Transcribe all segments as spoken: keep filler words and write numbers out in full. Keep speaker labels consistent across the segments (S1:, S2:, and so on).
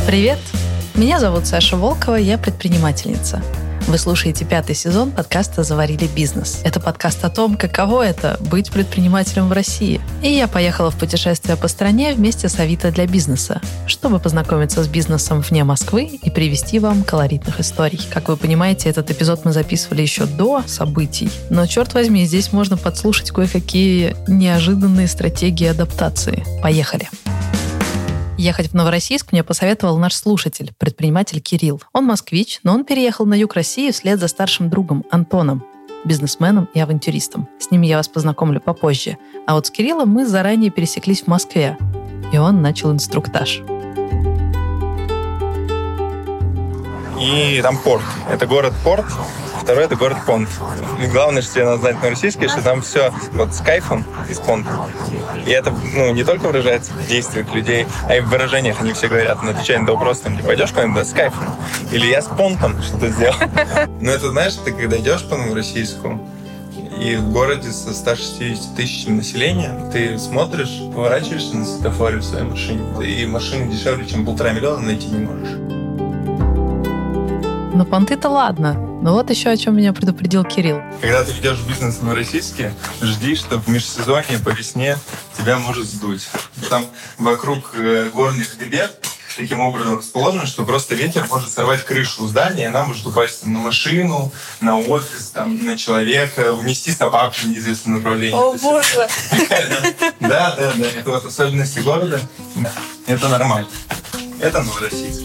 S1: Привет! Меня зовут Саша Волкова, я предпринимательница. Вы слушаете пятый сезон подкаста «Заварили бизнес». Это подкаст о том, каково это — быть предпринимателем в России. И я поехала в путешествие по стране вместе с Авито для бизнеса, чтобы познакомиться с бизнесом вне Москвы и привести вам колоритных историй. Как вы понимаете, этот эпизод мы записывали еще до событий, но, черт возьми, здесь можно подслушать кое-какие неожиданные стратегии адаптации. Поехали! Ехать в Новороссийск мне посоветовал наш слушатель, предприниматель Кирилл. Он москвич, но он переехал на юг России вслед за старшим другом Антоном, бизнесменом и авантюристом. С ними я вас познакомлю попозже. А вот с Кириллом мы заранее пересеклись в Москве, и он начал инструктаж.
S2: И там порт. Это город-порт. Второй — это город Понт. И главное, что тебе надо знать на российский, что там все вот с кайфом из Понта. И это ну, не только выражается в действиях людей, а и в выражениях. Они все говорят, на отвечая на вопрос, там, ты пойдешь куда-нибудь, да, с кайфом. Или я с Понтом что-то сделал. Но это, знаешь, ты когда идешь по Новороссийску, и в городе со ста шестьюдесятью тысячами населения, ты смотришь, поворачиваешься на светофоре в своей машине, и машины дешевле, чем полтора миллиона найти не можешь.
S1: Ну, понты-то ладно. Но вот еще о чем меня предупредил Кирилл.
S2: Когда ты ведешь бизнес в Новороссийске, жди, что в межсезонье по весне тебя может сдуть. Там вокруг горных хребет таким образом расположено, что просто ветер может сорвать крышу здания, и она может упасть на машину, на офис, там, на человека, унести собаку в неизвестном направлении.
S1: О, боже!
S2: Да, да, да. Это вот особенности города. Это нормально. Это Новороссийск.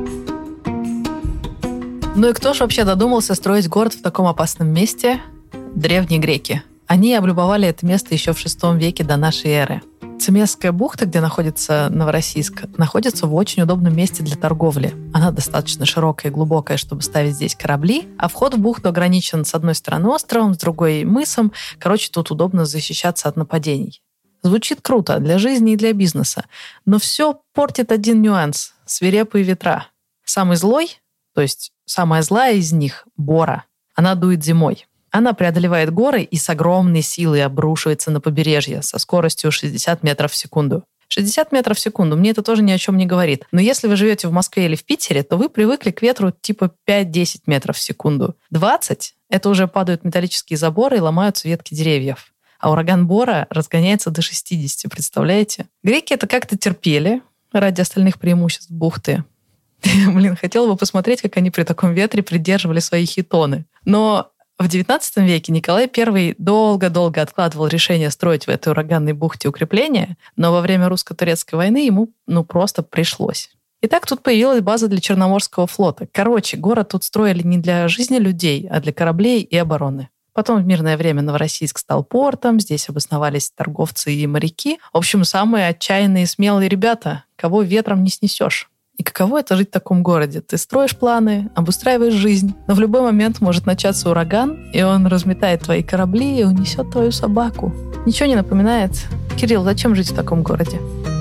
S1: Ну и кто ж вообще додумался строить город в таком опасном месте? Древние греки. Они облюбовали это место еще в шестом веке до нашей эры. Цемесская бухта, где находится Новороссийск, находится в очень удобном месте для торговли. Она достаточно широкая и глубокая, чтобы ставить здесь корабли, а вход в бухту ограничен с одной стороны островом, с другой — мысом. Короче, тут удобно защищаться от нападений. Звучит круто для жизни и для бизнеса, но все портит один нюанс — свирепые ветра. Самый злой, то есть самая злая из них — Бора. Она дует зимой. Она преодолевает горы и с огромной силой обрушивается на побережье со скоростью шестьдесят метров в секунду. шестьдесят метров в секунду. Мне это тоже ни о чем не говорит. Но если вы живете в Москве или в Питере, то вы привыкли к ветру типа пять-десять метров в секунду. двадцать — это уже падают металлические заборы и ломаются ветки деревьев. А ураган Бора разгоняется до шестидесяти, представляете? Греки это как-то терпели ради остальных преимуществ бухты. Блин, хотела бы посмотреть, как они при таком ветре придерживали свои хитоны. Но в девятнадцатом веке Николай Первый долго-долго откладывал решение строить в этой ураганной бухте укрепления, но во время русско-турецкой войны ему ну просто пришлось. И так тут появилась база для Черноморского флота. Короче, город тут строили не для жизни людей, а для кораблей и обороны. Потом в мирное время Новороссийск стал портом, здесь обосновались торговцы и моряки. В общем, самые отчаянные и смелые ребята, кого ветром не снесешь. И каково это жить в таком городе? Ты строишь планы, обустраиваешь жизнь, но в любой момент может начаться ураган, и он разметает твои корабли и унесет твою собаку. Ничего не напоминает? Кирилл, зачем жить в таком городе?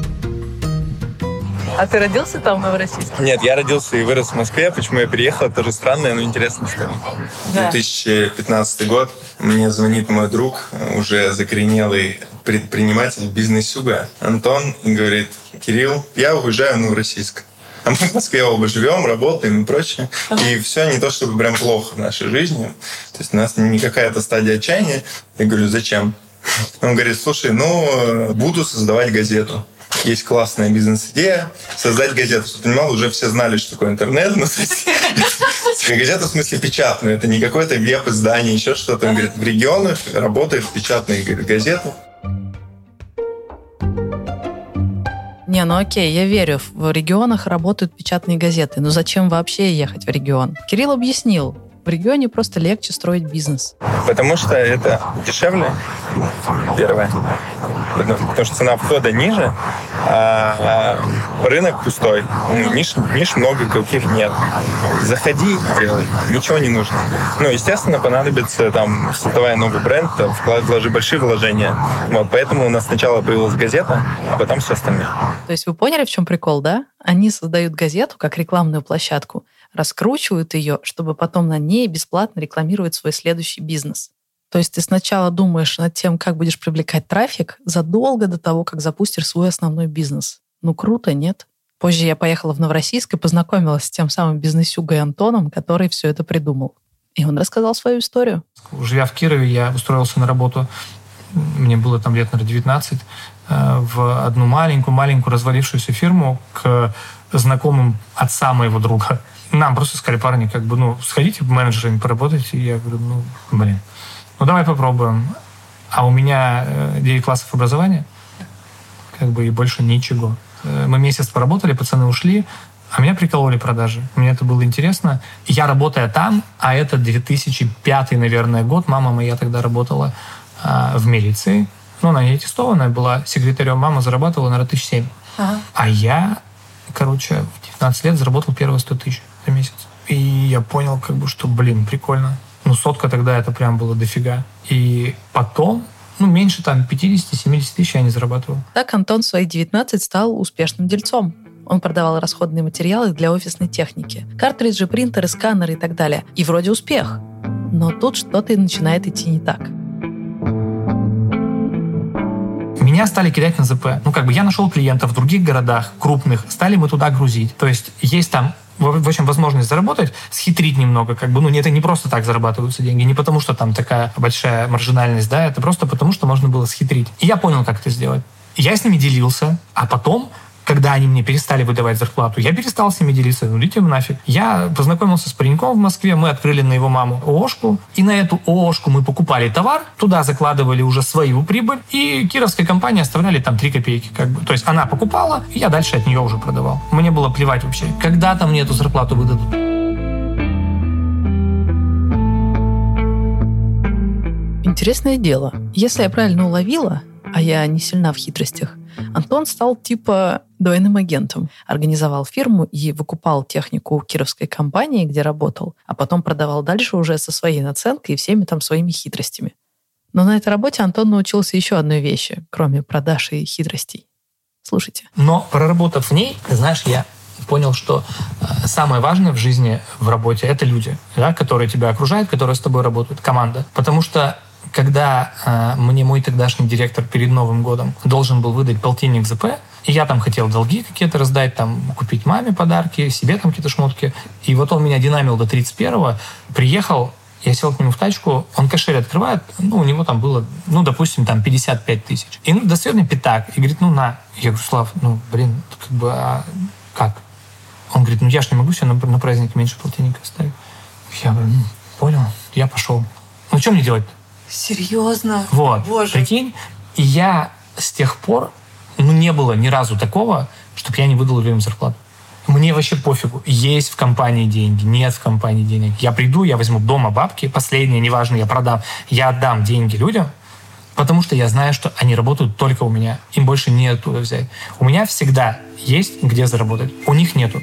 S1: А ты родился там, в Новороссийске?
S2: Нет, я родился и вырос в Москве. Почему я переехал, это тоже странная, но интересная история.
S1: Да.
S2: две тысячи пятнадцатый год. Мне звонит мой друг, уже закоренелый предприниматель, бизнес-юга, Антон, и говорит: Кирилл, я уезжаю в Новороссийск. А мы в Москве оба живем, работаем и прочее. И все не то, чтобы прям плохо в нашей жизни. То есть у нас не какая-то стадия отчаяния. Я говорю: зачем? Он говорит: слушай, ну, буду создавать газету. Есть классная бизнес-идея создать газету. Чтобы ты понимал, уже все знали, что такое интернет. Ну, газета в смысле печатную. Это не какое-то веб-издание, еще что-то. Он говорит: в регионах работает печатная газета.
S1: Не, ну окей, я верю, в регионах работают печатные газеты, но зачем вообще ехать в регион? Кирилл объяснил, в регионе просто легче строить бизнес.
S2: Потому что это дешевле, первое. Потому что цена входа ниже, а рынок пустой. Ниш, ниш много каких нет. Заходи, делай. Ничего не нужно. Ну, естественно, понадобится там создавая новый бренд, вложи большие вложения. Вот, поэтому у нас сначала появилась газета, а потом все остальное.
S1: То есть вы поняли, в чем прикол, да? Они создают газету как рекламную площадку, раскручивают ее, чтобы потом на ней бесплатно рекламировать свой следующий бизнес. То есть ты сначала думаешь над тем, как будешь привлекать трафик, задолго до того, как запустишь свой основной бизнес. Ну круто, нет? Позже я поехала в Новороссийск и познакомилась с тем самым бизнесюгой Антоном, который все это придумал. И он рассказал свою историю.
S3: Живя в Кирове, я устроился на работу, мне было там лет, наверное, девятнадцать, в одну маленькую-маленькую развалившуюся фирму к знакомым отца моего друга. Нам просто сказали: парни, как бы, ну, сходите менеджерами, поработайте. И я говорю: ну, блин, ну, давай попробуем. А у меня девять классов образования, как бы, и больше ничего. Мы месяц поработали, пацаны ушли, а меня прикололи продажи. Мне это было интересно. Я, работая там, а это две тысячи пятый, наверное, год, мама моя тогда работала а, в милиции. Ну, она не аттестованная была, секретарем. Мама зарабатывала, наверное, тысяч семь. Ага. А я, короче, в девятнадцать лет заработал первые сто тысяч за месяц. И я понял, как бы, что, блин, прикольно. Ну, сотка тогда это прям было дофига. И потом... Ну, меньше там пятьдесят-семьдесят тысяч я не зарабатывал.
S1: Так Антон в свои девятнадцать стал успешным дельцом. Он продавал расходные материалы для офисной техники. Картриджи, принтеры, сканеры и так далее. И вроде успех. Но тут что-то начинает идти не так.
S3: Меня стали кидать на ЗП. Ну, как бы я нашел клиентов в других городах, крупных. Стали мы туда грузить. То есть есть там... В общем, возможность заработать, схитрить немного, как бы, ну, это не просто так зарабатываются деньги, не потому что там такая большая маржинальность, да, это просто потому, что можно было схитрить. И я понял, как это сделать. Я с ними делился, а потом, когда они мне перестали выдавать зарплату, я перестал с ними делиться, ну, идите нафиг. Я познакомился с пареньком в Москве, мы открыли на его маму ООшку, и на эту ООшку мы покупали товар, туда закладывали уже свою прибыль, и кировская компания оставляли там три копейки, как бы. То есть она покупала, и я дальше от нее уже продавал. Мне было плевать вообще, когда-то мне эту зарплату выдадут.
S1: Интересное дело. Если я правильно уловила, а я не сильна в хитростях, Антон стал типа двойным агентом. Организовал фирму и выкупал технику кировской компании, где работал, а потом продавал дальше уже со своей наценкой и всеми там своими хитростями. Но на этой работе Антон научился еще одной вещи, кроме продаж и хитростей. Слушайте.
S3: Но проработав в ней, знаешь, я понял, что самое важное в жизни, в работе — это люди, да, которые тебя окружают, которые с тобой работают, команда. Потому что когда э, мне мой тогдашний директор перед Новым годом должен был выдать полтинник ЗП, и я там хотел долги какие-то раздать, там, купить маме подарки, себе там какие-то шмотки, и вот он меня динамил до тридцать первого, приехал, я сел к нему в тачку, он кошель открывает, ну, у него там было, ну, допустим, там пятьдесят пять тысяч. И, ну, достает мне пятак, и говорит: ну, на. Я говорю: Слав, ну, блин, как бы, а как? Он говорит: ну, я ж не могу себе на, на праздник меньше полтинника оставить. Я говорю: ну, понял, я пошел. Ну, что мне делать-то?
S1: Серьезно?
S3: Вот,
S1: Боже.
S3: Прикинь. И я с тех пор, ну, не было ни разу такого, чтобы я не выдал людям зарплату. Мне вообще пофигу, есть в компании деньги, нет в компании денег. Я приду, я возьму дома бабки, последние, неважно, я продам, я отдам деньги людям, потому что я знаю, что они работают только у меня. Им больше не оттуда взять. У меня всегда есть где заработать. У них нету.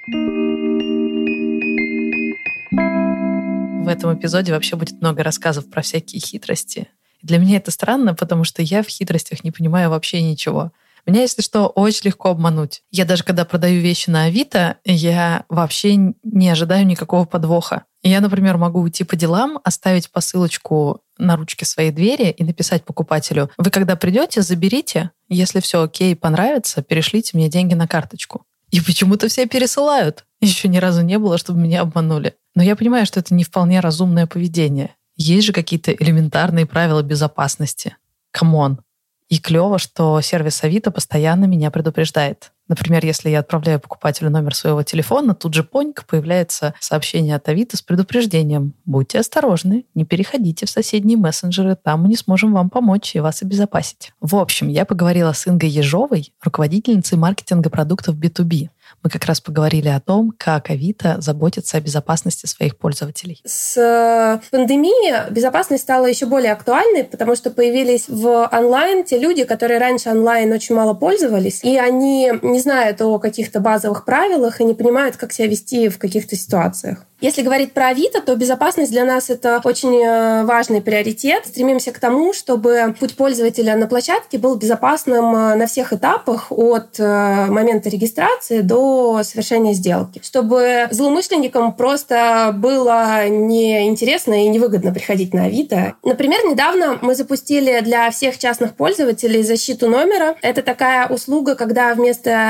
S1: В этом эпизоде вообще будет много рассказов про всякие хитрости. Для меня это странно, потому что я в хитростях не понимаю вообще ничего. Меня, если что, очень легко обмануть. Я даже когда продаю вещи на Авито, я вообще не ожидаю никакого подвоха. Я, например, могу уйти по делам, оставить посылочку на ручке своей двери и написать покупателю: вы когда придете, заберите. Если все окей, понравится, перешлите мне деньги на карточку. И почему-то все пересылают. Еще ни разу не было, чтобы меня обманули. Но я понимаю, что это не вполне разумное поведение. Есть же какие-то элементарные правила безопасности. Камон. И клево, что сервис Авито постоянно меня предупреждает. Например, если я отправляю покупателю номер своего телефона, тут же поньк появляется сообщение от Авито с предупреждением: будьте осторожны, не переходите в соседние мессенджеры, там мы не сможем вам помочь и вас обезопасить. В общем, я поговорила с Ингой Ежовой, руководительницей маркетинга продуктов би ту би. Мы как раз поговорили о том, как Авито заботится о безопасности своих пользователей.
S4: С пандемией безопасность стала еще более актуальной, потому что появились в онлайн те люди, которые раньше онлайн очень мало пользовались, и они не знают о каких-то базовых правилах и не понимают, как себя вести в каких-то ситуациях. Если говорить про Авито, то безопасность для нас — это очень важный приоритет. Стремимся к тому, чтобы путь пользователя на площадке был безопасным на всех этапах, от момента регистрации до совершения сделки. Чтобы злоумышленникам просто было неинтересно и невыгодно приходить на Авито. Например, недавно мы запустили для всех частных пользователей защиту номера. Это такая услуга, когда вместо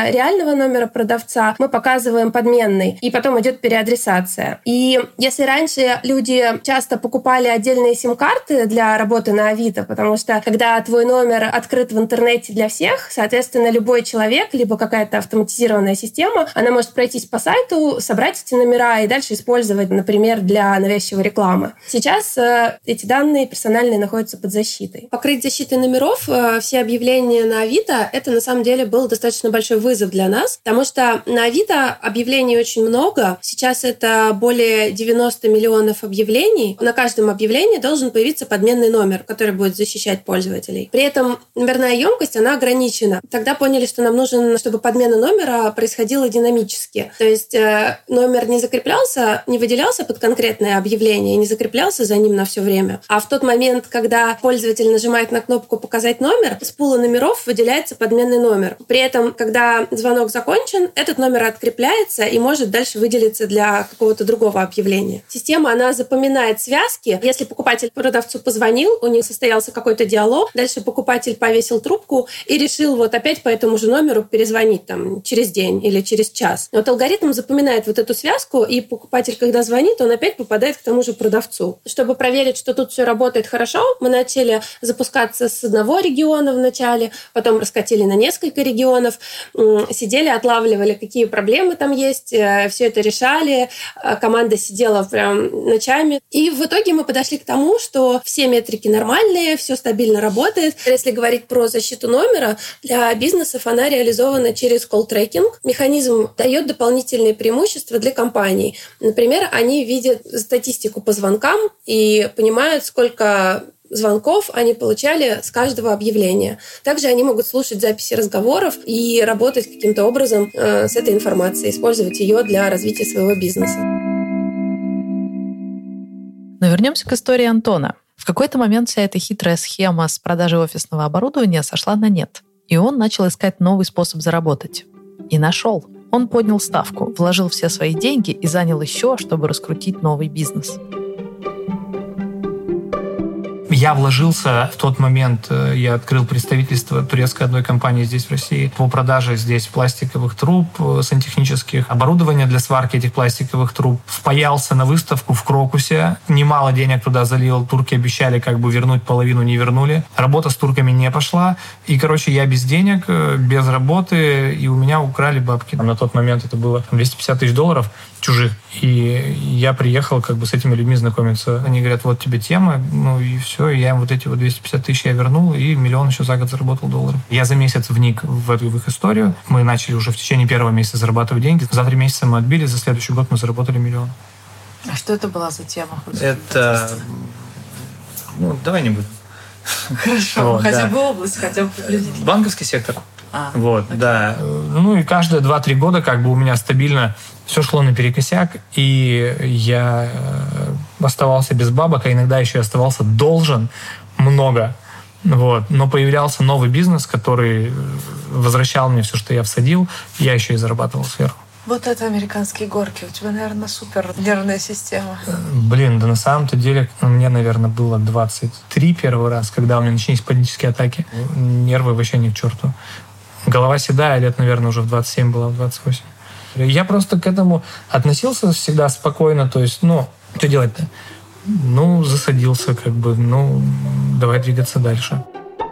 S4: реального номера продавца мы показываем подменный, и потом идет переадресация. И если раньше люди часто покупали отдельные сим-карты для работы на Авито, потому что когда твой номер открыт в интернете для всех, соответственно, любой человек, либо какая-то автоматизированная система, она может пройтись по сайту, собрать эти номера и дальше использовать, например, для навязчивой рекламы. Сейчас э, эти данные персональные находятся под защитой. Покрыть защитой номеров э, все объявления на Авито, это на самом деле был достаточно большой вызов для нас, потому что на Авито объявлений очень много. Сейчас это более девяносто миллионов объявлений. На каждом объявлении должен появиться подменный номер, который будет защищать пользователей. При этом номерная емкость, она ограничена. Тогда поняли, что нам нужен, чтобы подмена номера происходила динамически. То есть э, номер не закреплялся, не выделялся под конкретное объявление, не закреплялся за ним на все время. А в тот момент, когда пользователь нажимает на кнопку «Показать номер», с пула номеров выделяется подменный номер. При этом, когда звонок закончен, этот номер открепляется и может дальше выделиться для какого-то другого объявления. Система, она запоминает связки. Если покупатель продавцу позвонил, у них состоялся какой-то диалог, дальше покупатель повесил трубку и решил вот опять по этому же номеру перезвонить там через день или через час. Вот алгоритм запоминает вот эту связку, и покупатель, когда звонит, он опять попадает к тому же продавцу. Чтобы проверить, что тут все работает хорошо, мы начали запускаться с одного региона вначале, потом раскатили на несколько регионов, сидели, отлавливали, какие проблемы там есть, все это решали, команда сидела прям ночами. И в итоге мы подошли к тому, что все метрики нормальные, все стабильно работает. Если говорить про защиту номера, для бизнесов она реализована через колл-трекинг. Механизм дает дополнительные преимущества для компаний. Например, они видят статистику по звонкам и понимают, сколько звонков они получали с каждого объявления. Также они могут слушать записи разговоров и работать каким-то образом э, с этой информацией, использовать ее для развития своего бизнеса.
S1: Но вернемся к истории Антона. В какой-то момент вся эта хитрая схема с продажей офисного оборудования сошла на нет, и он начал искать новый способ заработать. И нашел. Он поднял ставку, вложил все свои деньги и занял еще, чтобы раскрутить новый бизнес.
S3: Я вложился в тот момент, я открыл представительство турецкой одной компании здесь, в России, по продаже здесь пластиковых труб, сантехнических, оборудования для сварки этих пластиковых труб. Впаялся на выставку в Крокусе, немало денег туда залил, турки обещали как бы вернуть половину, не вернули. Работа с турками не пошла, и, короче, я без денег, без работы, и у меня украли бабки. На тот момент это было двести пятьдесят тысяч долларов чужих. И я приехал как бы с этими людьми знакомиться. Они говорят, вот тебе тема, ну и все. И я им вот эти вот двести пятьдесят тысяч я вернул, и миллион еще за год заработал долларов. Я за месяц вник в эту в их историю. Мы начали уже в течение первого месяца зарабатывать деньги. За три месяца мы отбили, за следующий год мы заработали миллион.
S1: А что это была за тема?
S3: Это... Ну, давай не будем.
S1: Хорошо, вот, хотя да. бы область, хотя бы приблизительно.
S3: Банковский сектор.
S1: А,
S3: вот, окей. Да. Ну и каждые два-три года как бы у меня стабильно все шло наперекосяк, и я оставался без бабок, а иногда еще оставался должен много. Вот. Но появлялся новый бизнес, который возвращал мне все, что я всадил, и я еще и зарабатывал сверху.
S1: Вот это американские горки. У тебя, наверное, супер нервная система.
S3: Блин, да на самом-то деле мне, наверное, было двадцать три первый раз, когда у меня начались панические атаки. Нервы вообще ни к черту. Голова седая, лет, наверное, уже в двадцать семь была, в двадцать восемь. Я просто к этому относился всегда спокойно. То есть, ну, что делать-то? Ну, засадился, как бы, ну, давай двигаться дальше.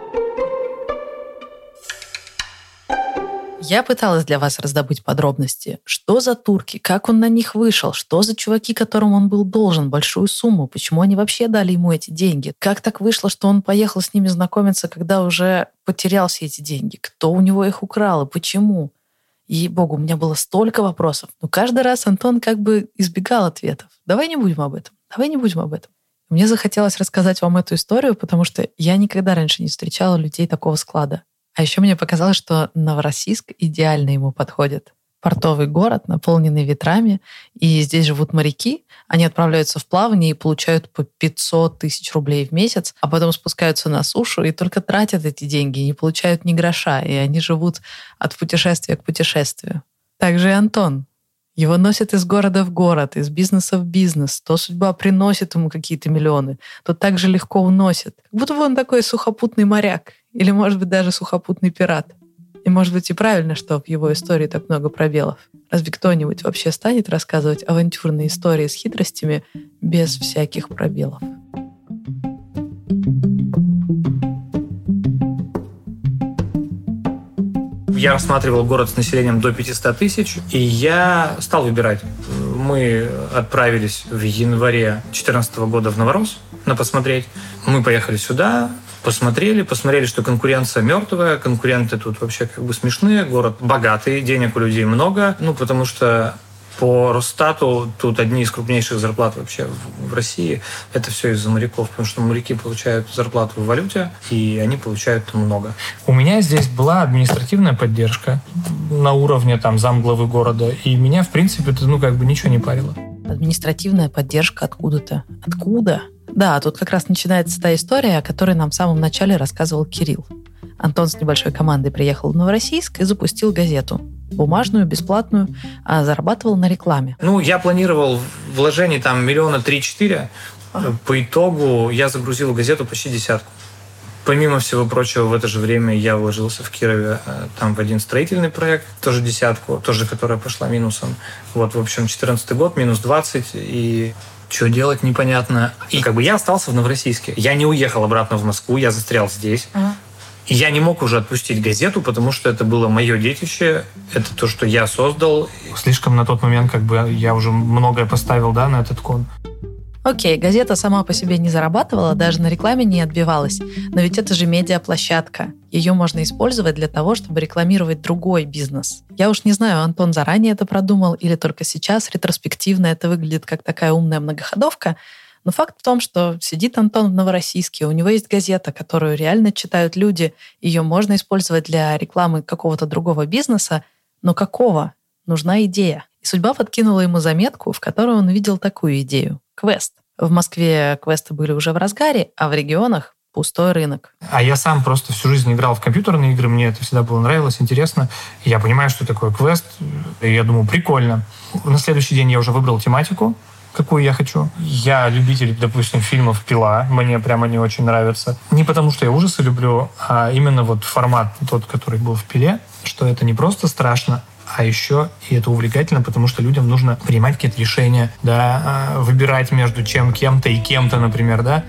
S1: Я пыталась для вас раздобыть подробности. Что за турки? Как он на них вышел? Что за чуваки, которым он был должен большую сумму? Почему они вообще дали ему эти деньги? Как так вышло, что он поехал с ними знакомиться, когда уже потерял все эти деньги? Кто у него их украл и почему? Ей-богу, у меня было столько вопросов. Но каждый раз Антон как бы избегал ответов. Давай не будем об этом. Давай не будем об этом. Мне захотелось рассказать вам эту историю, потому что я никогда раньше не встречала людей такого склада. А еще мне показалось, что Новороссийск идеально ему подходит. Портовый город, наполненный ветрами, и здесь живут моряки. Они отправляются в плавание и получают по пятьсот тысяч рублей в месяц, а потом спускаются на сушу и только тратят эти деньги, и не получают ни гроша, и они живут от путешествия к путешествию. Также и Антон. Его носят из города в город, из бизнеса в бизнес. То судьба приносит ему какие-то миллионы, то так же легко уносит. Как будто бы он такой сухопутный моряк. Или, может быть, даже сухопутный пират. И, может быть, и правильно, что в его истории так много пробелов. Разве кто-нибудь вообще станет рассказывать авантюрные истории с хитростями без всяких пробелов?
S3: Я рассматривал город с населением до пятьсот тысяч, и я стал выбирать. Мы отправились в январе две тысячи четырнадцатого года в Новорос на посмотреть. Мы поехали сюда, посмотрели, посмотрели, что конкуренция мертвая, конкуренты тут вообще как бы смешные, город богатый, денег у людей много, ну, потому что по Росстату тут одни из крупнейших зарплат вообще в России. Это все из-за моряков, потому что моряки получают зарплату в валюте, и они получают много. У меня здесь была административная поддержка на уровне там замглавы города, и меня, в принципе, это, ну, как бы ничего не парило.
S1: Административная поддержка откуда-то. Откуда? Да, тут как раз начинается та история, о которой нам в самом начале рассказывал Кирилл. Антон с небольшой командой приехал в Новороссийск и запустил газету. Бумажную, бесплатную, а зарабатывал на рекламе.
S3: Ну, я планировал вложений там миллиона три-четыре. Ага. По итогу я загрузил в газету почти десятку. Помимо всего прочего, в это же время я вложился в Кирове там в один строительный проект, тоже десятку, тоже которая пошла минусом. Вот, в общем, четырнадцатый год, минус двадцать, и что делать непонятно. И как бы я остался в Новороссийске. Я не уехал обратно в Москву, я застрял здесь. Ага. И я не мог уже отпустить газету, потому что это было мое детище, это то, что я создал. Слишком на тот момент как бы я уже многое поставил, да, на этот кон.
S1: Окей, газета сама по себе не зарабатывала, даже на рекламе не отбивалась. Но ведь это же медиаплощадка. Ее можно использовать для того, чтобы рекламировать другой бизнес. Я уж не знаю, Антон заранее это продумал или только сейчас ретроспективно это выглядит как такая умная многоходовка. Но факт в том, что сидит Антон в Новороссийске, у него есть газета, которую реально читают люди, ее можно использовать для рекламы какого-то другого бизнеса, но какого? Нужна идея. И судьба подкинула ему заметку, в которой он увидел такую идею – квест. В Москве квесты были уже в разгаре, а в регионах – пустой рынок.
S3: А я сам просто всю жизнь играл в компьютерные игры, мне это всегда было нравилось, интересно. Я понимаю, что такое квест, и я думаю, прикольно. На следующий день я уже выбрал тематику, какую я хочу. Я любитель, допустим, фильмов «Пила». Мне прямо не очень нравится. Не потому, что я ужасы люблю, а именно вот формат тот, который был в «Пиле», что это не просто страшно, а еще и это увлекательно, потому что людям нужно принимать какие-то решения, да, выбирать между чем, кем-то и кем-то, например, да.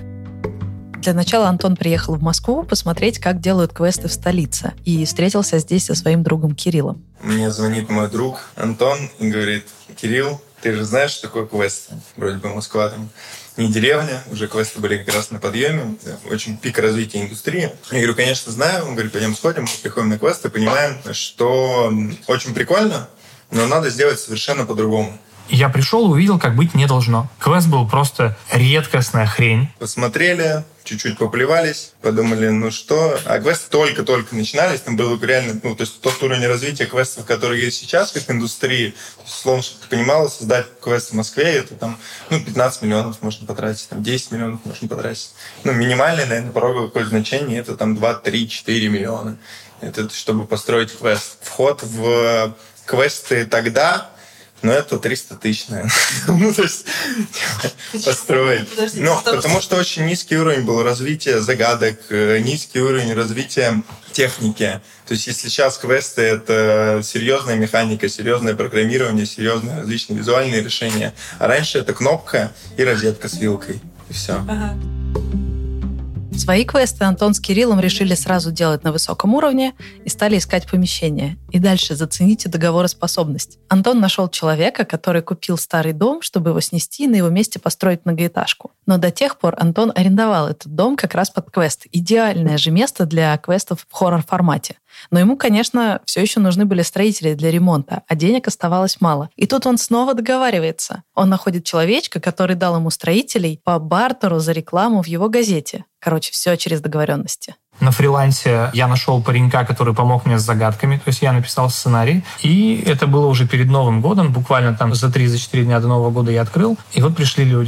S1: Для начала Антон приехал в Москву посмотреть, как делают квесты в столице, и встретился здесь со своим другом Кириллом.
S2: Мне звонит мой друг Антон и говорит: «Кирилл, ты же знаешь, что такое квесты? Вроде бы Москва там не деревня, уже квесты были как раз на подъеме, очень пик развития индустрии». Я говорю: «Конечно, знаю». Он говорит: «Пойдем сходим». Мы приходим на квесты, понимаем, что очень прикольно, но надо сделать совершенно по-другому.
S3: Я пришел и увидел, как быть не должно. Квест был просто редкостная хрень.
S2: Посмотрели, чуть-чуть поплевались, подумали, ну что. А квесты только-только начинались, там было реально, ну, то есть тот уровень развития квестов, который есть сейчас, как индустрии, условно, чтобы ты понимала, создать квест в Москве, это там, ну, пятнадцать миллионов можно потратить, там, десять миллионов можно потратить. Ну, минимальное, наверное, пороговое какое-то значение, это там два, три, четыре миллиона. Это чтобы построить квест. Вход в квесты тогда... Ну, это триста тысяч, наверное. Ну, то есть, построить. Ну, потому что очень низкий уровень был развития загадок, низкий уровень развития техники. То есть, если сейчас квесты — это серьезная механика, серьезное программирование, серьезные различные визуальные решения, а раньше это кнопка и розетка с вилкой. И все. Ага.
S1: Свои квесты Антон с Кириллом решили сразу делать на высоком уровне и стали искать помещение. И дальше зацените договороспособность. Антон нашел человека, который купил старый дом, чтобы его снести и на его месте построить многоэтажку. Но до тех пор Антон арендовал этот дом как раз под квест. Идеальное же место для квестов в хоррор-формате. Но ему, конечно, все еще нужны были строители для ремонта, а денег оставалось мало. И тут он снова договаривается. Он находит человечка, который дал ему строителей по бартеру за рекламу в его газете. Короче, все через договоренности.
S3: На фрилансе я нашел паренька, который помог мне с загадками, то есть я написал сценарий, и это было уже перед Новым годом, буквально там за три-четыре дня до Нового года я открыл, и вот пришли люди.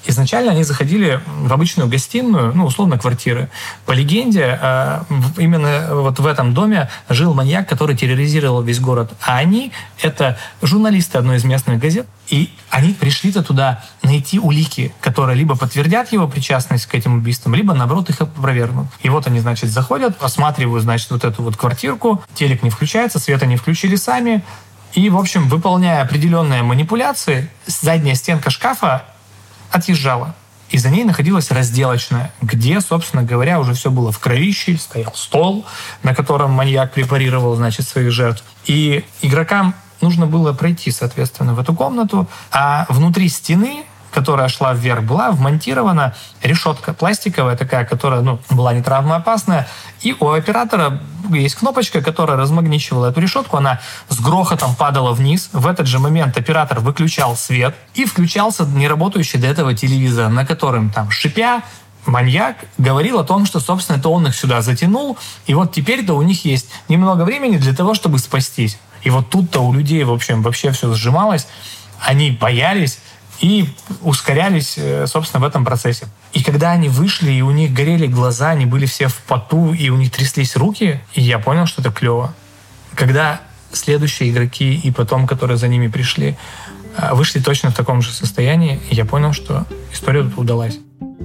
S3: Изначально они заходили в обычную гостиную, ну, условно, квартиры. По легенде, именно вот в этом доме жил маньяк, который терроризировал весь город. А они — это журналисты одной из местных газет, и они пришли-то туда найти улики, которые либо подтвердят его причастность к этим убийствам, либо, наоборот, их опровергнут. И вот они, значит, заходят, осматривают, значит, вот эту вот квартирку, телек не включается, свет они включили сами, и, в общем, выполняя определенные манипуляции, задняя стенка шкафа отъезжала. И за ней находилась разделочная, где, собственно говоря, уже все было в кровище, стоял стол, на котором маньяк препарировал, значит, своих жертв. И игрокам нужно было пройти, соответственно, в эту комнату, а внутри стены, которая шла вверх, была вмонтирована решетка пластиковая такая, которая, ну, была не травмоопасная. И у оператора есть кнопочка, которая размагничивала эту решетку. Она с грохотом падала вниз. В этот же момент оператор выключал свет и включался неработающий до этого телевизор, на котором там, шипя, маньяк говорил о том, что, собственно, это он их сюда затянул. И вот теперь-то у них есть немного времени для того, чтобы спастись. И вот тут-то у людей, в общем, вообще все сжималось. Они боялись и ускорялись, собственно, в этом процессе. И когда они вышли, и у них горели глаза, они были все в поту, и у них тряслись руки, и я понял, что это клево. Когда следующие игроки и потом, которые за ними пришли, вышли точно в таком же состоянии, я понял, что история тут удалась.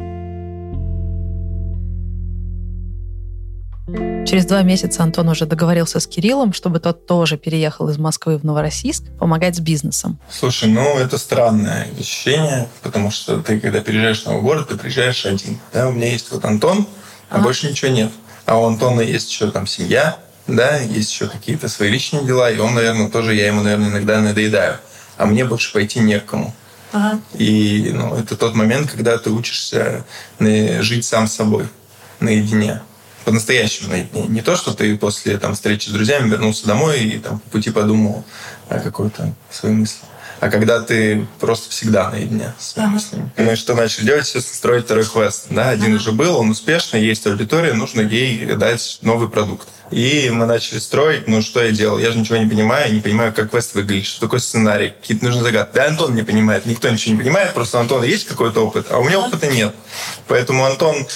S1: Через два месяца Антон уже договорился с Кириллом, чтобы тот тоже переехал из Москвы в Новороссийск помогать с бизнесом.
S2: Слушай, ну это странное ощущение, потому что ты, когда переезжаешь в новый город, ты приезжаешь один. Да, у меня есть вот Антон, а, а больше ничего нет. А у Антона есть еще там семья, да, есть еще какие-то свои личные дела, и он, наверное, тоже, я ему, наверное, иногда надоедаю. А мне больше пойти не к кому. Ага. И ну, это тот момент, когда ты учишься жить сам с собой, наедине. По-настоящему наедине. Не то, что ты после там, встречи с друзьями вернулся домой и там, по пути подумал о какой-то своей мысли. А когда ты просто всегда наедине с своими мыслями. Мы что начали делать? Сейчас строить второй квест. Да, один уже был, он успешный, есть аудитория, нужно ей дать новый продукт. И мы начали строить, ну что я делал? Я же ничего не понимаю, не понимаю, как квест выглядит, что такое сценарий, какие-то нужны загадки. Да, Антон не понимает, никто ничего не понимает, просто у Антона есть какой-то опыт, а у меня опыта нет. Поэтому Антон,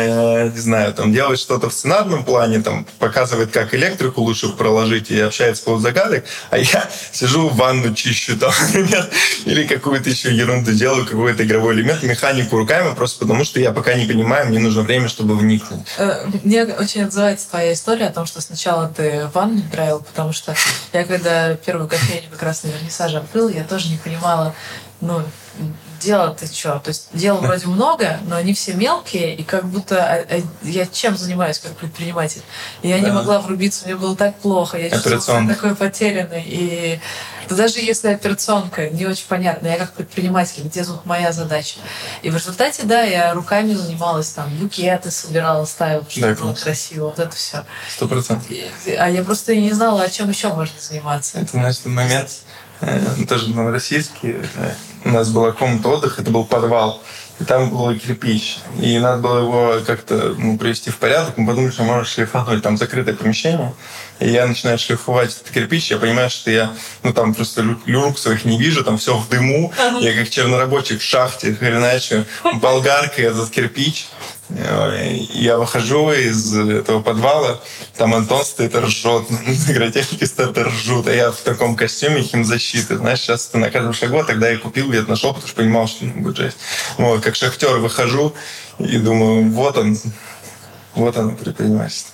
S2: э, не знаю, там делает что-то в сценарном плане, там показывает, как электрику лучше проложить и общается по загадок, а я сижу в ванну чищу, там, например, или какую-то еще ерунду делаю, какой-то игровой элемент, механику руками, просто потому что я пока не понимаю, мне нужно время, чтобы вникнуть.
S1: Мне очень отзывается твоя история о том, что сначала ты ванну драил, потому что я когда первую кофейню как раз на вернисаже открыл, я тоже не понимала, ну, дело-то что? То есть дел вроде много, но они все мелкие, и как будто я чем занимаюсь как предприниматель? И я не могла врубиться, мне было так плохо, я чувствовала себя такой потерянной. И даже если операционка не очень понятна, я как предприниматель, где тут моя задача? И в результате, да, я руками занималась, там, букеты собирала, ставила, чтобы да, было красиво, вот это все.
S2: Сто процентов.
S1: А я просто и не знала, о чем еще можно заниматься.
S2: Это, значит, момент, тоже в Новороссийске, у нас была комната отдыха, это был подвал, и там был кирпич. И надо было его как-то ну, привести в порядок. Мы подумали, что можно шлифовать. Там закрытое помещение. И я начинаю шлифовать этот кирпич. Я понимаю, что я ну, там просто люк своих не вижу. Там все в дыму. Uh-huh. Я как чернорабочий в шахте хреначу болгаркой этот кирпич. Я выхожу из этого подвала, там Антон стоит и ржет, агротехники стоят и ржут, а я в таком костюме химзащиты. Знаешь, сейчас ты на каждом шагу, тогда я купил, где-то нашел, потому что понимал, что не будет жесть. Вот, как шахтер выхожу и думаю, вот он, вот оно предпринимательство.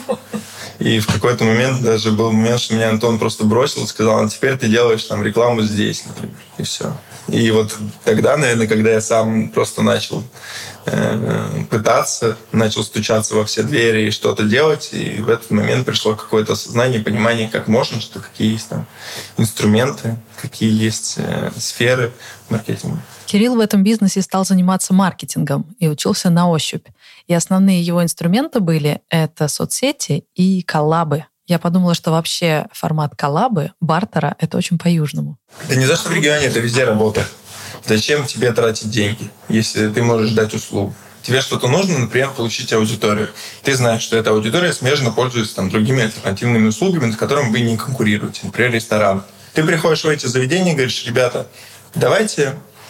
S2: И в какой-то момент даже был момент, что меня Антон просто бросил и сказал, а теперь ты делаешь там рекламу здесь, например, и все. И вот тогда, наверное, когда я сам просто начал э, пытаться, начал стучаться во все двери и что-то делать, и в этот момент пришло какое-то осознание, понимание, как можно, что какие есть там инструменты, какие есть э, сферы маркетинга.
S1: Кирилл в этом бизнесе стал заниматься маркетингом и учился на ощупь. И основные его инструменты были это соцсети и коллабы. Я подумала, что вообще формат коллабы, бартера, это очень по-южному.
S2: Да не за что в регионе, это везде работает. Зачем тебе тратить деньги, если ты можешь дать услугу? Тебе что-то нужно, например, получить аудиторию. Ты знаешь, что эта аудитория смежно пользуется там, другими альтернативными услугами, с которыми вы не конкурируете. Например, ресторан. Ты приходишь в эти заведения и говоришь, ребята, давайте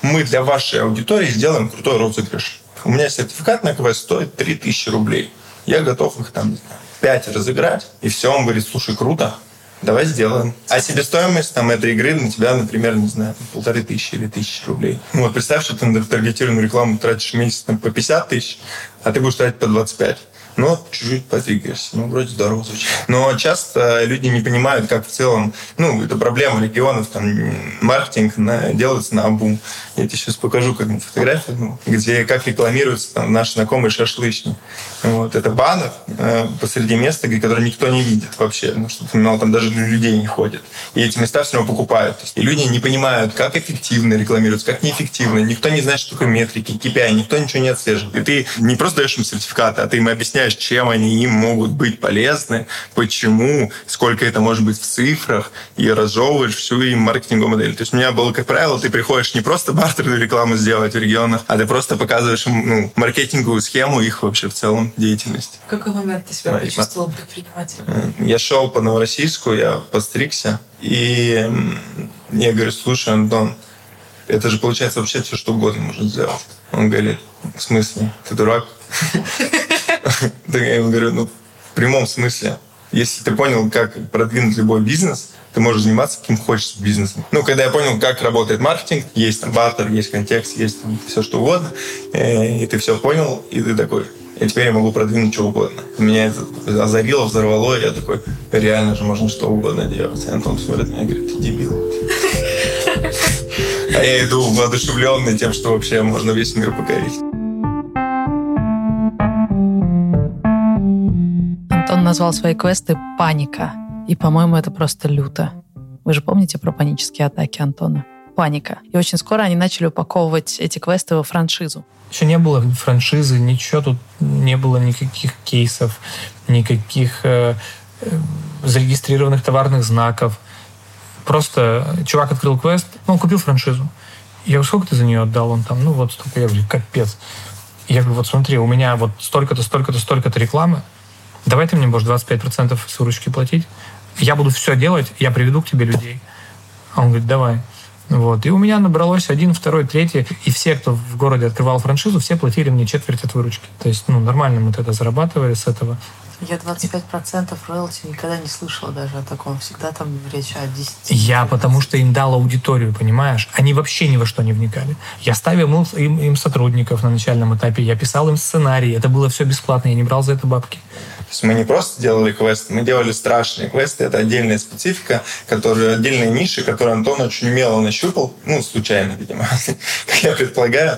S2: мы для вашей аудитории сделаем крутой розыгрыш. У меня сертификат на квест стоит три тысячи рублей. Я готов их там пять разыграть. И все, он говорит, слушай, круто, давай сделаем. А себестоимость там, этой игры на тебя, например, не знаю, полторы тысячи или тысячи рублей. Ну, вот представь, что ты на таргетированную рекламу тратишь в месяц там, по пятьдесят тысяч, а ты будешь тратить по двадцать пять. Ну, чуть-чуть потриггерься. Ну, вроде здорово звучит. Но часто люди не понимают, как в целом... Ну, это проблема регионов. Там маркетинг на, делается на обум. Я тебе сейчас покажу как фотографию, ну, где как рекламируется там, наш знакомый шашлычник. Вот. Это баннер э, посреди места, который никто не видит вообще. Ну, чтобы ты понимал, там даже людей не ходят. И эти места все равно покупают. То есть, и люди не понимают, как эффективно рекламируется, как неэффективно. Никто не знает, что такое метрики, кей пи ай. Никто ничего не отслеживает. И ты не просто даешь им сертификаты, а ты им объясняешь, чем они им могут быть полезны, почему, сколько это может быть в цифрах, и разжевываешь всю им маркетинговую модель. То есть у меня было, как правило, ты приходишь не просто бартерную рекламу сделать в регионах, а ты просто показываешь им ну, маркетинговую схему их вообще в целом деятельности.
S1: В какой момент ты себя Смотри, почувствовал предпринимателем?
S2: Я шел по Новороссийску, я постригся, и я говорю, слушай, Антон, это же получается вообще все, что угодно можно сделать. Он говорит, в смысле, ты дурак? Я ему говорю, ну, в прямом смысле. Если ты понял, как продвинуть любой бизнес, ты можешь заниматься каким хочешь бизнесом. Ну, когда я понял, как работает маркетинг, есть там бартер, есть контекст, есть там все что угодно, и ты все понял, и ты такой, и теперь я могу продвинуть что угодно. Меня это озарило, взорвало, и я такой, реально же можно что угодно делать. И Антон смотрит на меня и говорит, ты дебил. А я иду воодушевленный тем, что вообще можно весь мир покорить.
S1: Он назвал свои квесты «Паника». И, по-моему, это просто люто. Вы же помните про панические атаки Антона? Паника. И очень скоро они начали упаковывать эти квесты во франшизу.
S3: Еще не было франшизы, ничего тут не было, никаких кейсов, никаких э, зарегистрированных товарных знаков. Просто чувак открыл квест, ну, он купил франшизу. Я говорю, сколько ты за нее отдал? Он там, ну, вот столько. Я говорю, капец. Я говорю, вот смотри, у меня вот столько-то, столько-то, столько-то рекламы. Давай ты мне будешь двадцать пять процентов с выручки платить. Я буду все делать, я приведу к тебе людей. А он говорит, давай. Вот. И у меня набралось один, второй, третий. И все, кто в городе открывал франшизу, все платили мне четверть от выручки. То есть, ну, нормально мы тогда зарабатывали с этого.
S1: Я двадцать пять процентов роялти никогда не слышала даже о таком. Всегда там речь о десяти.
S3: Я потому что им дал аудиторию, понимаешь? Они вообще ни во что не вникали. Я ставил им, им сотрудников на начальном этапе, я писал им сценарий. Это было все бесплатно, я не брал за это бабки.
S2: То есть мы не просто делали квесты, мы делали страшные квесты. Это отдельная специфика, которая, отдельные ниши, которые Антон очень умело нащупал. Ну, случайно, видимо, как я предполагаю.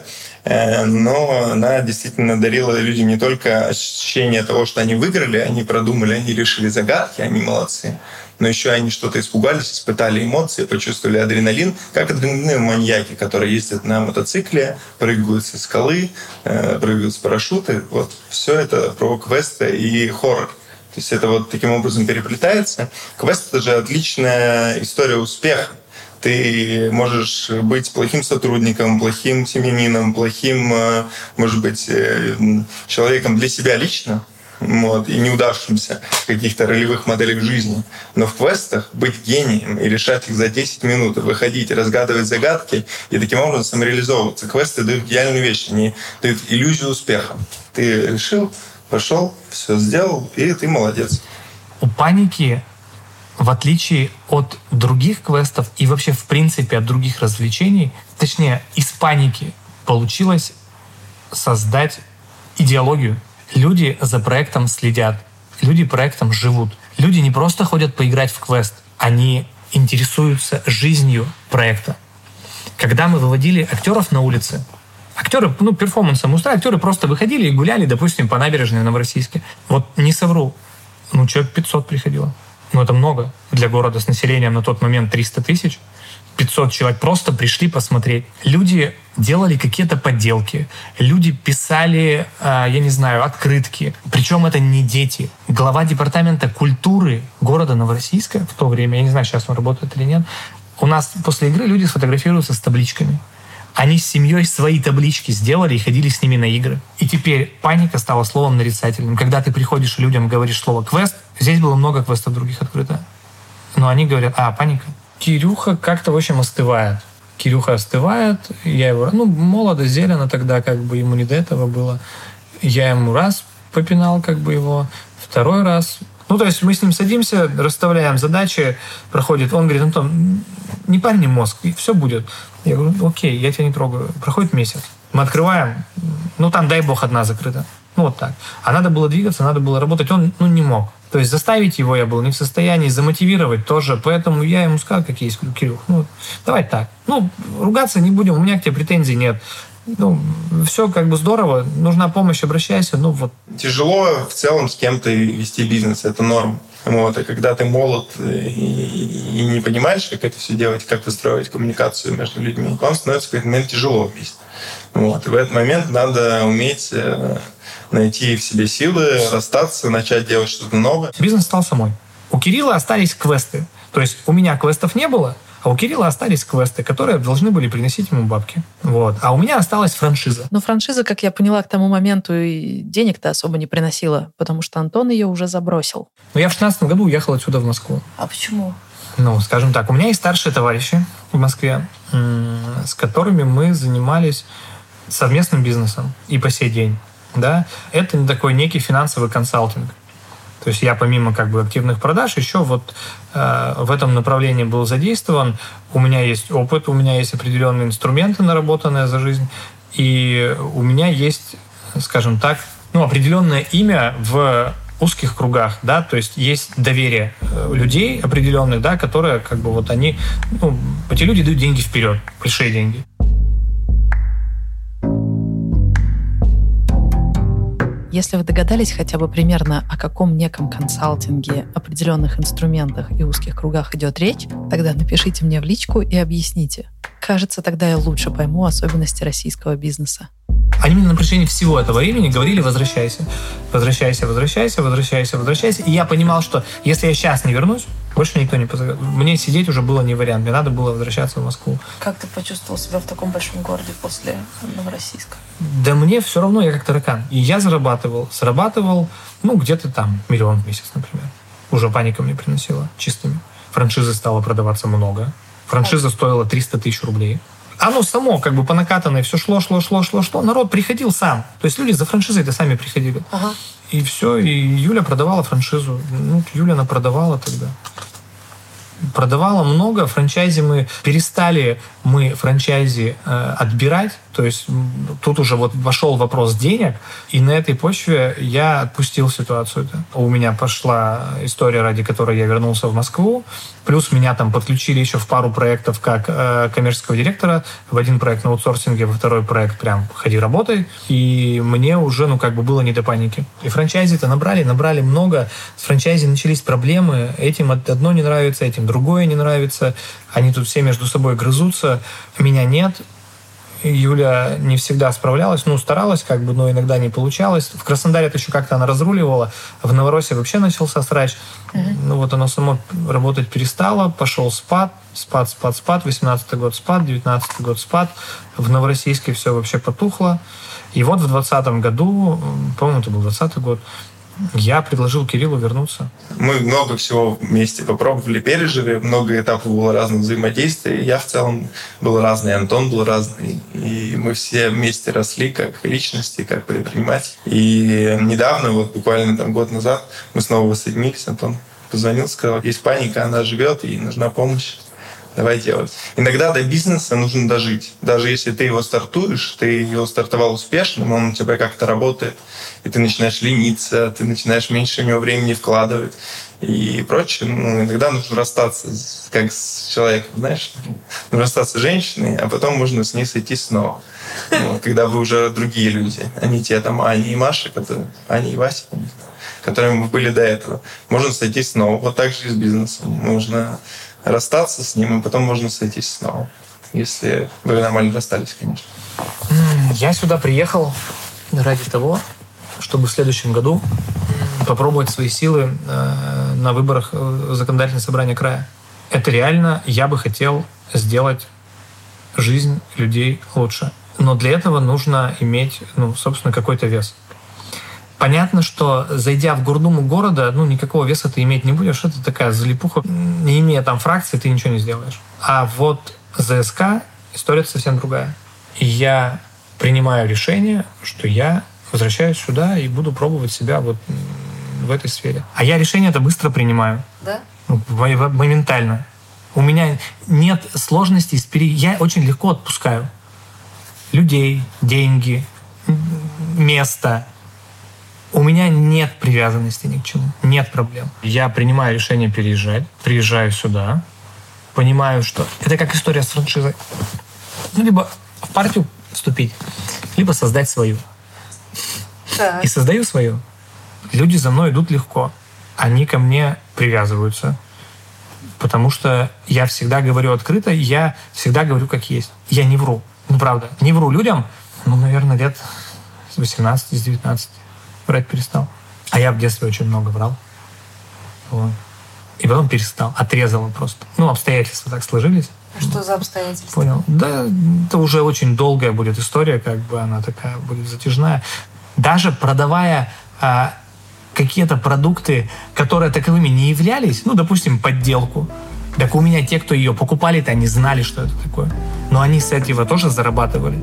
S2: Но она действительно дарила людям не только ощущение того, что они выиграли, они продумали, они решили загадки, они молодцы, но еще они что-то испугались, испытали эмоции, почувствовали адреналин, как адреналиновые маньяки, которые ездят на мотоцикле, прыгают со скалы, прыгают с парашюта. Вот все это про квесты и хоррор. То есть это вот таким образом переплетается. Квест — это же отличная история успеха. Ты можешь быть плохим сотрудником, плохим семьянином, плохим, может быть, человеком для себя лично, вот, и неудавшимся в каких-то ролевых моделях жизни. Но в квестах быть гением и решать их за десять минут, выходить, разгадывать загадки и таким образом самореализовываться. Квесты дают идеальную вещь, они дают иллюзию успеха. Ты решил, пошел, все сделал, и ты молодец.
S3: У паники, в отличие от других квестов и вообще в принципе от других развлечений, точнее, из паники получилось создать идеологию. Люди за проектом следят, люди проектом живут. Люди не просто ходят поиграть в квест, они интересуются жизнью проекта. Когда мы выводили актеров на улице, актеры, ну, перформансом устраивали, актеры просто выходили и гуляли, допустим, по набережной Новороссийске. Вот не совру, ну, человек пятьсот приходило. Ну, это много для города с населением на тот момент триста тысяч. пятьсот человек просто пришли посмотреть. Люди делали какие-то подделки. Люди писали, я не знаю, открытки. Причем это не дети. Глава департамента культуры города Новороссийска в то время, я не знаю, сейчас он работает или нет, у нас после игры люди сфотографируются с табличками. Они с семьей свои таблички сделали и ходили с ними на игры. И теперь паника стала словом нарицательным. Когда ты приходишь и людям говоришь слово «квест», здесь было много квестов других открыто. Но они говорят: а, паника. Кирюха как-то, в общем, остывает. Кирюха остывает, я его... Ну, молодо, зелено тогда, как бы ему не до этого было. Я ему раз попинал, как бы его, второй раз... Ну, то есть мы с ним садимся, расставляем задачи, проходит, он говорит: Антон, не парь мне мозг, и все будет. Я говорю: окей, я тебя не трогаю. Проходит месяц. Мы открываем, ну, там, дай бог, одна закрыта. Ну, вот так. А надо было двигаться, надо было работать. Он, ну, не мог. То есть заставить его я был не в состоянии, замотивировать тоже. Поэтому я ему сказал, как есть: Кирюх, ну, давай так. Ну, ругаться не будем, у меня к тебе претензий нет. Ну, все как бы здорово, нужна помощь, обращайся, ну вот.
S2: Тяжело в целом с кем-то вести бизнес, это норм. Вот. И когда ты молод и, и не понимаешь, как это все делать, как выстроить коммуникацию между людьми, вам становится в какой-то момент тяжело вместе. Вот. И в этот момент надо уметь найти в себе силы, расстаться, начать делать что-то новое.
S3: Бизнес стал самой. У Кирилла остались квесты. То есть у меня квестов не было, а у Кирилла остались квесты, которые должны были приносить ему бабки. Вот. А у меня осталась франшиза.
S1: Но франшиза, как я поняла, к тому моменту и денег-то особо не приносила, потому что Антон ее уже забросил.
S3: Но я в шестнадцатом году уехал отсюда в Москву.
S1: А почему?
S3: Ну, скажем так, у меня есть старшие товарищи в Москве, с которыми мы занимались совместным бизнесом и по сей день. Да? Это такой некий финансовый консалтинг. То есть я помимо как бы активных продаж еще вот э, в этом направлении был задействован. У меня есть опыт, у меня есть определенные инструменты, наработанные за жизнь, и у меня есть, скажем так, ну, определенное имя в узких кругах, да, то есть есть доверие людей определенных, да, которые как бы вот они, ну, эти люди дают деньги вперед, большие деньги.
S1: Если вы догадались хотя бы примерно, о каком неком консалтинге, определенных инструментах и узких кругах идет речь, тогда напишите мне в личку и объясните. Кажется, тогда я лучше пойму особенности российского бизнеса.
S3: Они мне на протяжении всего этого времени говорили: возвращайся, возвращайся, возвращайся, возвращайся, возвращайся. И я понимал, что если я сейчас не вернусь, больше никто не позовет. Мне сидеть уже было не вариант, мне надо было возвращаться в Москву.
S1: Как ты почувствовал себя в таком большом городе после Новороссийска?
S3: Да мне все равно, я как таракан. И я зарабатывал, зарабатывал, ну, где-то там миллион в месяц, например. Уже паника мне приносила чистыми. Франшизы стало продаваться много. Франшиза стоила триста тысяч рублей. Оно само как бы по накатанной все шло, шло, шло, шло, шло. Народ приходил сам. То есть люди за франшизой-то сами приходили.
S1: Ага.
S3: И все, и Юля продавала франшизу. Ну, Юля она продавала тогда. Продавала много. Франчайзи мы перестали, мы франчайзи э, отбирать. То есть тут уже вот вошел вопрос денег. И на этой почве я отпустил ситуацию-то. У меня пошла история, ради которой я вернулся в Москву. Плюс меня там подключили еще в пару проектов как э, коммерческого директора. В один проект на аутсорсинге, во второй проект прям ходи работай. И мне уже, ну, как бы было не до паники. И франчайзи-то набрали, набрали много. С франчайзи начались проблемы. Этим одно не нравится, этим другое не нравится. Они тут все между собой грызутся. Меня нет. Юля не всегда справлялась, ну, старалась, как бы, но иногда не получалось. В Краснодаре это еще как-то она разруливала. В Новороссии вообще начался срач. Uh-huh. Ну, вот оно само работать перестало. Пошел спад, спад, спад, спад. восемнадцатый год спад, девятнадцатый год спад. В Новороссийске все вообще потухло. И вот в двадцатом году, по-моему, это был двадцатый год, я предложил Кириллу вернуться.
S2: Мы много всего вместе попробовали, пережили. Много этапов было разных взаимодействий. Я в целом был разный, Антон был разный. И мы все вместе росли как личности, как предприниматели. И недавно, вот буквально там год назад, мы снова воссоединились. Антон позвонил, сказал: есть паника, она живет, ей нужна помощь. Давай делать. Иногда до бизнеса нужно дожить. Даже если ты его стартуешь, ты его стартовал успешно, он у тебя как-то работает, и ты начинаешь лениться, ты начинаешь меньше в него времени вкладывать и прочее. Ну, иногда нужно расстаться с, как с человеком, знаешь. Нужно расстаться с женщиной, а потом можно с ней сойти снова. Ну, когда вы уже другие люди. Они те там Аня и Маша, которые, Аня и Вася, которыми мы были до этого. Можно сойти снова. Вот так же и с бизнесом. Можно расстаться с ним, и потом можно сойтись снова. Если вы нормально расстались, конечно.
S3: Я сюда приехал ради того, чтобы в следующем году попробовать свои силы на выборах в законодательное собрание края. Это реально я бы хотел сделать жизнь людей лучше. Но для этого нужно иметь, ну, собственно, какой-то вес. Понятно, что, зайдя в Гордуму города, ну, никакого веса ты иметь не будешь. Это такая залипуха. Не имея там фракции, ты ничего не сделаешь. А вот ЗСК — история совсем другая. И я принимаю решение, что я возвращаюсь сюда и буду пробовать себя вот в этой сфере. А я решение это быстро принимаю.
S1: Да?
S3: Ну, моментально. У меня нет сложностей с пере... Я очень легко отпускаю людей, деньги, место. У меня нет привязанности ни к чему, нет проблем. Я принимаю решение переезжать, приезжаю сюда, понимаю, что это как история с франшизой. Ну, либо в партию вступить, либо создать свою.
S1: Так.
S3: И создаю свою. Люди за мной идут легко. Они ко мне привязываются. Потому что я всегда говорю открыто, я всегда говорю как есть. Я не вру. Ну, правда. Не вру людям, ну, наверное, лет с восемнадцати, с девятнадцати врать перестал. А я в детстве очень много врал. Вот. И потом перестал. Отрезал просто. Ну, обстоятельства так сложились.
S1: Что за обстоятельства?
S3: Понял. Да, это уже очень долгая будет история, как бы она такая будет затяжная. Даже продавая а, какие-то продукты, которые таковыми не являлись, ну, допустим, подделку, так у меня те, кто ее покупали-то, они знали, что это такое. Но они с этого тоже зарабатывали.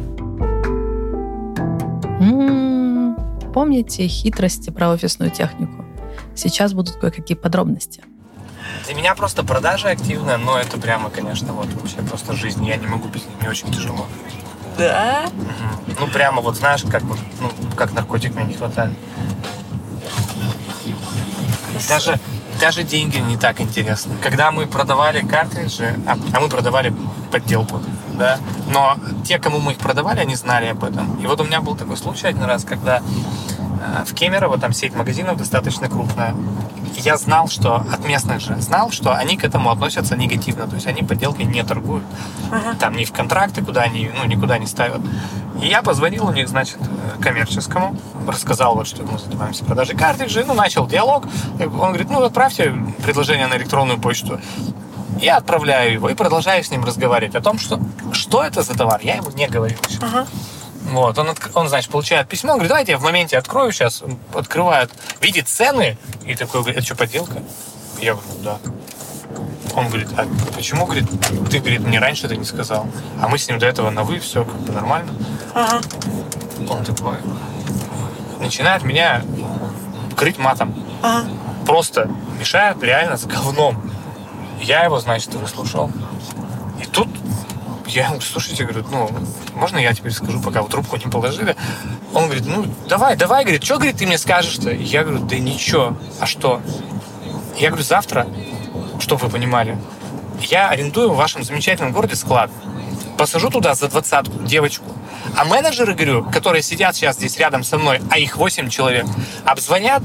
S1: М-м-м. Помните хитрости про офисную технику? Сейчас будут кое-какие подробности.
S3: Для меня просто продажа активная, но это прямо, конечно, вот вообще просто жизнь. Я не могу без них, мне очень тяжело.
S1: Да?
S3: Угу. Ну, прямо вот, знаешь, как, вот, ну, как наркотик мне не хватает. Даже, даже деньги не так интересны. Когда мы продавали картриджи, а, а мы продавали подделку, да, но те, кому мы их продавали, они знали об этом. И вот у меня был такой случай один раз, когда э, в Кемерово, там сеть магазинов достаточно крупная, я знал, что от местных же знал, что они к этому относятся негативно, то есть они подделкой не торгуют, uh-huh. там ни в контракты, куда они, ну, никуда не ставят. И я позвонил у них, значит, коммерческому, рассказал, вот, что мы занимаемся продажей картриджей, ну, начал диалог. Он говорит, ну, отправьте предложение на электронную почту. Я отправляю его и продолжаю с ним разговаривать о том, что, что это за товар. Я ему не говорил еще. Uh-huh. Вот, он, он, значит, получает письмо, он говорит, давайте я в моменте открою сейчас, он открывает, видит цены, и такой говорит, это что, подделка? Я говорю, да. Он говорит, а почему, говорит, ты, говорит, мне раньше это не сказал? А мы с ним до этого на «вы», все как бы нормально. Ага. Он такой, начинает меня крыть матом. Ага. Просто мешает реально с говном. Я его, значит, выслушал. И тут я ему, слушайте, говорю, ну, можно я теперь скажу, пока вы трубку не положили? Он говорит, ну, давай, давай, говорит, что, говорит, ты мне скажешь-то? Я говорю, да ничего, а что? Я говорю, завтра, чтобы вы понимали, я арендую в вашем замечательном городе склад, посажу туда за двадцатку девочку, а менеджеры, говорю, которые сидят сейчас здесь рядом со мной, а их восемь человек, обзвонят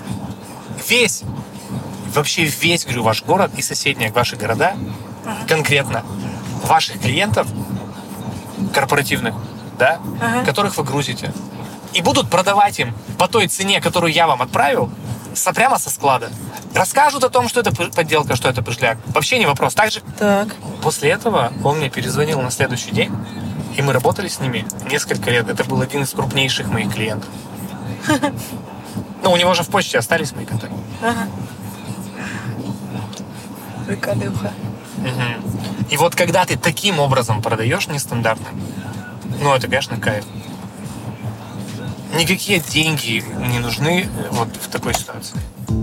S3: весь, вообще весь, говорю, ваш город и соседние ваши города, конкретно, ваших клиентов корпоративных, да, ага. которых вы грузите, и будут продавать им по той цене, которую я вам отправил, со, прямо со склада. Расскажут о том, что это подделка, что это пышляк. Вообще не вопрос. Также
S1: так.
S3: После этого он мне перезвонил на следующий день, и мы работали с ними несколько лет. Это был один из крупнейших моих клиентов. Ну, у него же в почте остались мои контакты.
S1: Приколюха.
S3: И вот когда ты таким образом продаешь нестандартно, ну, это, конечно, кайф. Никакие деньги не нужны вот в такой ситуации.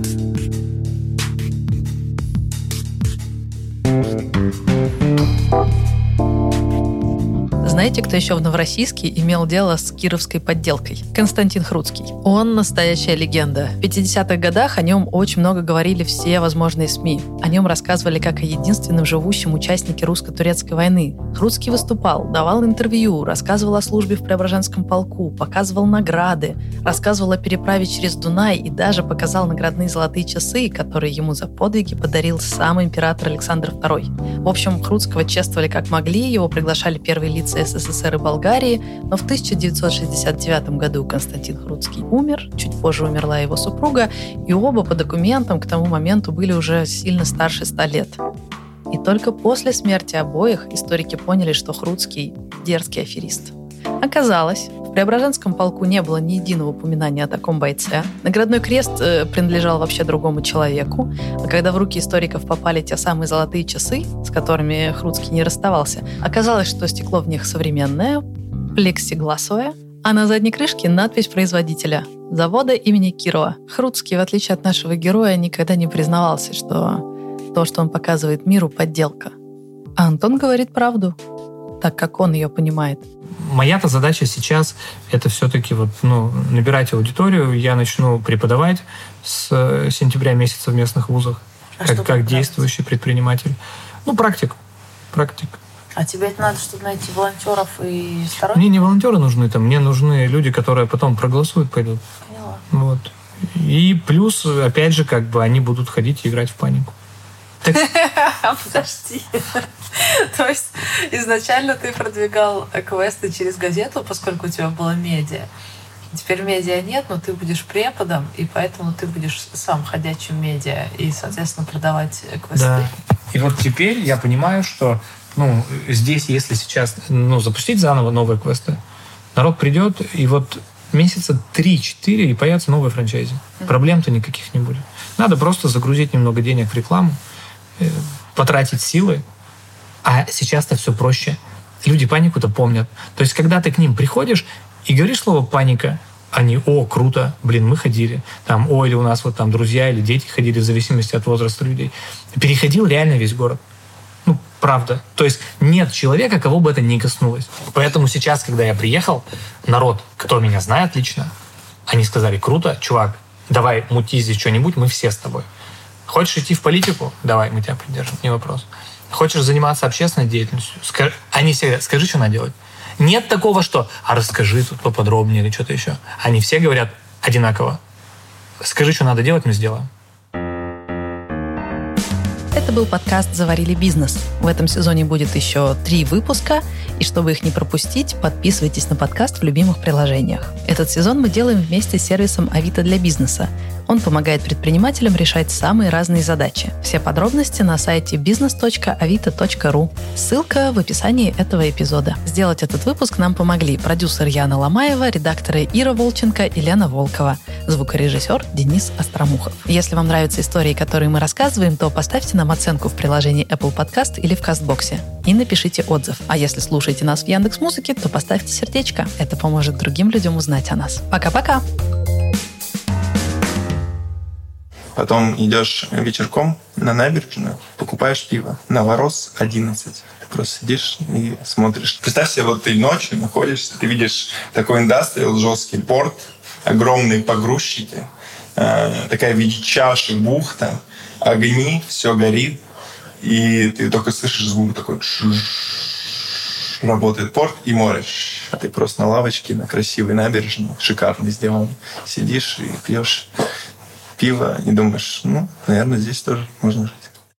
S1: Знаете, кто еще в Новороссийске имел дело с кировской подделкой? Константин Хруцкий. Он настоящая легенда. В пятидесятых годах о нем очень много говорили все возможные СМИ. О нем рассказывали как о единственном живущем участнике русско-турецкой войны. Хруцкий выступал, давал интервью, рассказывал о службе в Преображенском полку, показывал награды, рассказывал о переправе через Дунай и даже показал наградные золотые часы, которые ему за подвиги подарил сам император Александр второй. В общем, Хруцкого чествовали как могли, его приглашали первые лица СССР и Болгарии, но в тысяча девятьсот шестьдесят девятом году Константин Хруцкий умер, чуть позже умерла его супруга, и оба по документам к тому моменту были уже сильно старше ста лет. И только после смерти обоих историки поняли, что Хруцкий – дерзкий аферист. Оказалось, в Преображенском полку не было ни единого упоминания о таком бойце. Наградной крест э, принадлежал вообще другому человеку. А когда в руки историков попали те самые золотые часы, с которыми Хруцкий не расставался, оказалось, что стекло в них современное, плексигласовое, а на задней крышке надпись производителя – завода имени Кирова. Хруцкий, в отличие от нашего героя, никогда не признавался, что то, что он показывает миру, подделка. А Антон говорит правду, так как он ее понимает.
S3: Моя-то задача сейчас — это все-таки вот, ну, набирать аудиторию. Я начну преподавать с сентября месяца в местных вузах, а как, как действующий предприниматель. Ну, практик. Практик.
S5: А тебе это надо, чтобы найти волонтеров и сторонников?
S3: Мне не волонтеры нужны, там, мне нужны люди, которые потом проголосуют, пойдут.
S5: Поняла.
S3: Вот. И плюс, опять же, как бы они будут ходить и играть в панику.
S5: Подожди. То есть изначально ты продвигал квесты через газету, поскольку у тебя было медиа. Теперь медиа нет, но ты будешь преподом, и поэтому ты будешь сам ходячим медиа и, соответственно, продавать квесты.
S3: Да. И вот теперь я понимаю, что ну, здесь, если сейчас ну, запустить заново новые квесты, народ придет, и вот месяца три-четыре, и появятся новые франчайзи. Mm-hmm. Проблем-то никаких не будет. Надо просто загрузить немного денег в рекламу, потратить силы, а сейчас-то все проще. Люди панику-то помнят. То есть, когда ты к ним приходишь и говоришь слово «паника», они «О, круто, блин, мы ходили». Там «О, или у нас вот там друзья или дети ходили», в зависимости от возраста людей. Переходил реально весь город. Ну, правда. То есть, нет человека, кого бы это не коснулось. Поэтому сейчас, когда я приехал, народ, кто меня знает лично, они сказали «Круто, чувак, давай мути здесь что-нибудь, мы все с тобой». Хочешь идти в политику? Давай, мы тебя поддержим, не вопрос. Хочешь заниматься общественной деятельностью? Скажи, они все говорят, скажи, что надо делать. Нет такого, что «а расскажи тут поподробнее» или что-то еще. Они все говорят одинаково. Скажи, что надо делать, мы сделаем.
S1: Это был подкаст «Заварили бизнес». В этом сезоне будет еще три выпуска, и чтобы их не пропустить, подписывайтесь на подкаст в любимых приложениях. Этот сезон мы делаем вместе с сервисом Авито для бизнеса. Он помогает предпринимателям решать самые разные задачи. Все подробности на сайте бизнес точка авито точка ру. Ссылка в описании этого эпизода. Сделать этот выпуск нам помогли продюсер Яна Ломаева, редакторы Ира Волченко и Лена Волкова, звукорежиссер Денис Остромухов. Если вам нравятся истории, которые мы рассказываем, то поставьте нам оценку в приложении Apple Podcast или в Кастбоксе и напишите отзыв. А если слушаете нас в Яндекс.Музыке, то поставьте сердечко. Это поможет другим людям узнать о нас. Пока-пока!
S2: Потом идешь вечерком на набережную, покупаешь пиво. Новорос одиннадцать. Ты просто сидишь и смотришь. Представь себе, вот ты ночью находишься, ты видишь такой индастриал, жесткий порт, огромные погрузчики, э, такая в виде чаши бухта, огни, все горит, и ты только слышишь звук такой, работает порт и море. А ты просто на лавочке, на красивой набережной, шикарно сделан, сидишь и пьешь пиво и думаешь, ну, наверное, здесь тоже можно жить.